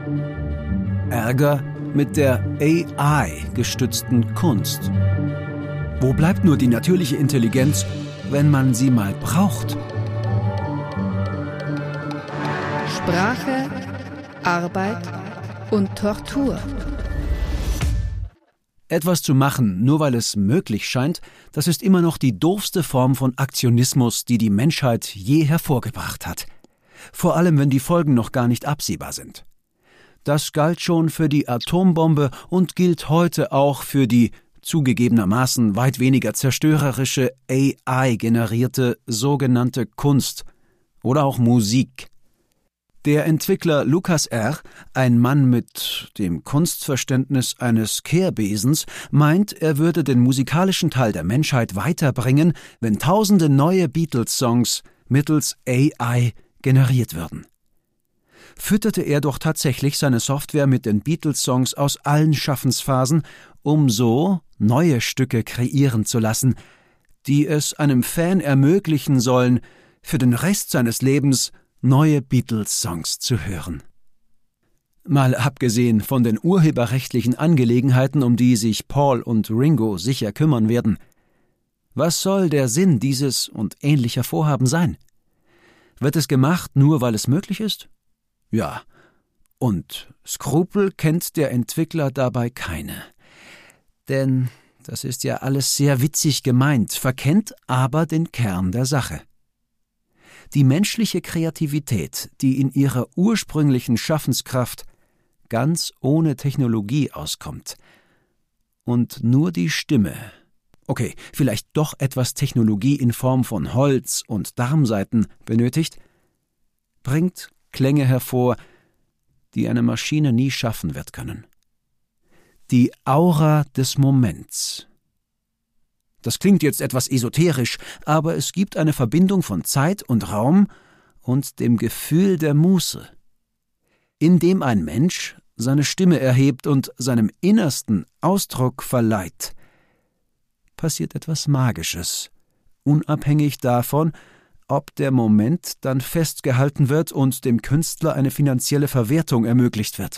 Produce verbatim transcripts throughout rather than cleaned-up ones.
Ärger mit der A I-gestützten Kunst. Wo bleibt nur die natürliche Intelligenz, wenn man sie mal braucht? Sprache, Arbeit und Tortur. Etwas zu machen, nur weil es möglich scheint, das ist immer noch die doofste Form von Aktionismus, die die Menschheit je hervorgebracht hat. Vor allem, wenn die Folgen noch gar nicht absehbar sind. Das galt schon für die Atombombe und gilt heute auch für die zugegebenermaßen weit weniger zerstörerische A I-generierte sogenannte Kunst oder auch Musik. Der Entwickler Lucas R., ein Mann mit dem Kunstverständnis eines Kehrbesens, meint, er würde den musikalischen Teil der Menschheit weiterbringen, wenn tausende neue Beatles-Songs mittels A I generiert würden. Fütterte er doch tatsächlich seine Software mit den Beatles-Songs aus allen Schaffensphasen, um so neue Stücke kreieren zu lassen, die es einem Fan ermöglichen sollen, für den Rest seines Lebens neue Beatles-Songs zu hören. Mal abgesehen von den urheberrechtlichen Angelegenheiten, um die sich Paul und Ringo sicher kümmern werden. Was soll der Sinn dieses und ähnlicher Vorhaben sein? Wird es gemacht, nur weil es möglich ist? Ja. Und Skrupel kennt der Entwickler dabei keine. Denn das ist ja alles sehr witzig gemeint, verkennt aber den Kern der Sache. Die menschliche Kreativität, die in ihrer ursprünglichen Schaffenskraft ganz ohne Technologie auskommt und nur die Stimme, okay, vielleicht doch etwas Technologie in Form von Holz und Darmsaiten benötigt, bringt Klänge hervor, die eine Maschine nie schaffen wird können. Die Aura des Moments. Das klingt jetzt etwas esoterisch, aber es gibt eine Verbindung von Zeit und Raum und dem Gefühl der Muße, indem ein Mensch seine Stimme erhebt und seinem Innersten Ausdruck verleiht, passiert etwas Magisches, unabhängig davon, ob der Moment dann festgehalten wird und dem Künstler eine finanzielle Verwertung ermöglicht wird.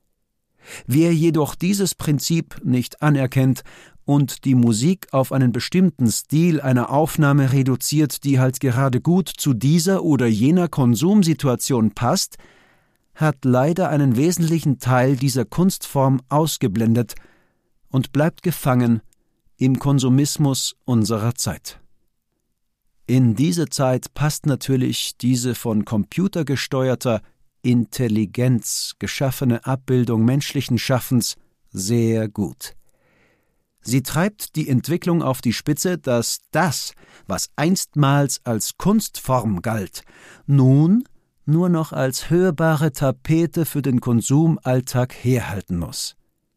Wer jedoch dieses Prinzip nicht anerkennt und die Musik auf einen bestimmten Stil einer Aufnahme reduziert, die halt gerade gut zu dieser oder jener Konsumsituation passt, hat leider einen wesentlichen Teil dieser Kunstform ausgeblendet und bleibt gefangen im Konsumismus unserer Zeit. In diese Zeit passt natürlich diese von computergesteuerter Intelligenz geschaffene Abbildung menschlichen Schaffens sehr gut. Sie treibt die Entwicklung auf die Spitze, dass das, was einstmals als Kunstform galt, nun nur noch als hörbare Tapete für den Konsumalltag herhalten muss.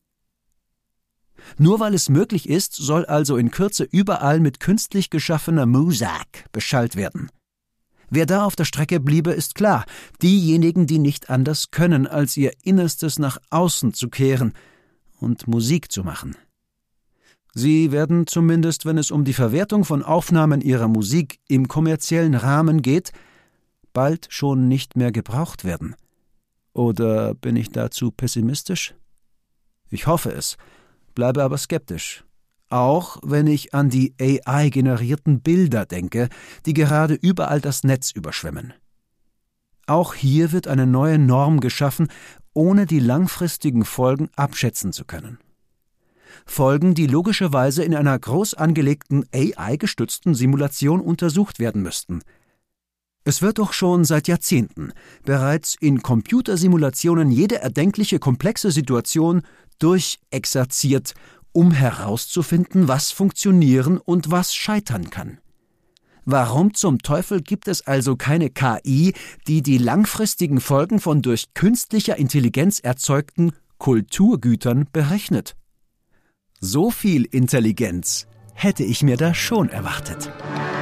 Nur weil es möglich ist, soll also in Kürze überall mit künstlich geschaffener Musik beschallt werden. Wer da auf der Strecke bliebe, ist klar, diejenigen, die nicht anders können, als ihr Innerstes nach außen zu kehren und Musik zu machen. Sie werden zumindest, wenn es um die Verwertung von Aufnahmen ihrer Musik im kommerziellen Rahmen geht, bald schon nicht mehr gebraucht werden. Oder bin ich dazu pessimistisch? Ich hoffe es, bleibe aber skeptisch. Auch wenn ich an die A I-generierten Bilder denke, die gerade überall das Netz überschwemmen. Auch hier wird eine neue Norm geschaffen, ohne die langfristigen Folgen abschätzen zu können. Folgen, die logischerweise in einer groß angelegten A I-gestützten Simulation untersucht werden müssten. Es wird doch schon seit Jahrzehnten bereits in Computersimulationen jede erdenkliche komplexe Situation durchexerziert, um herauszufinden, was funktionieren und was scheitern kann. Warum zum Teufel gibt es also keine K I, die die langfristigen Folgen von durch künstlicher Intelligenz erzeugten Kulturgütern berechnet? So viel Intelligenz hätte ich mir da schon erwartet.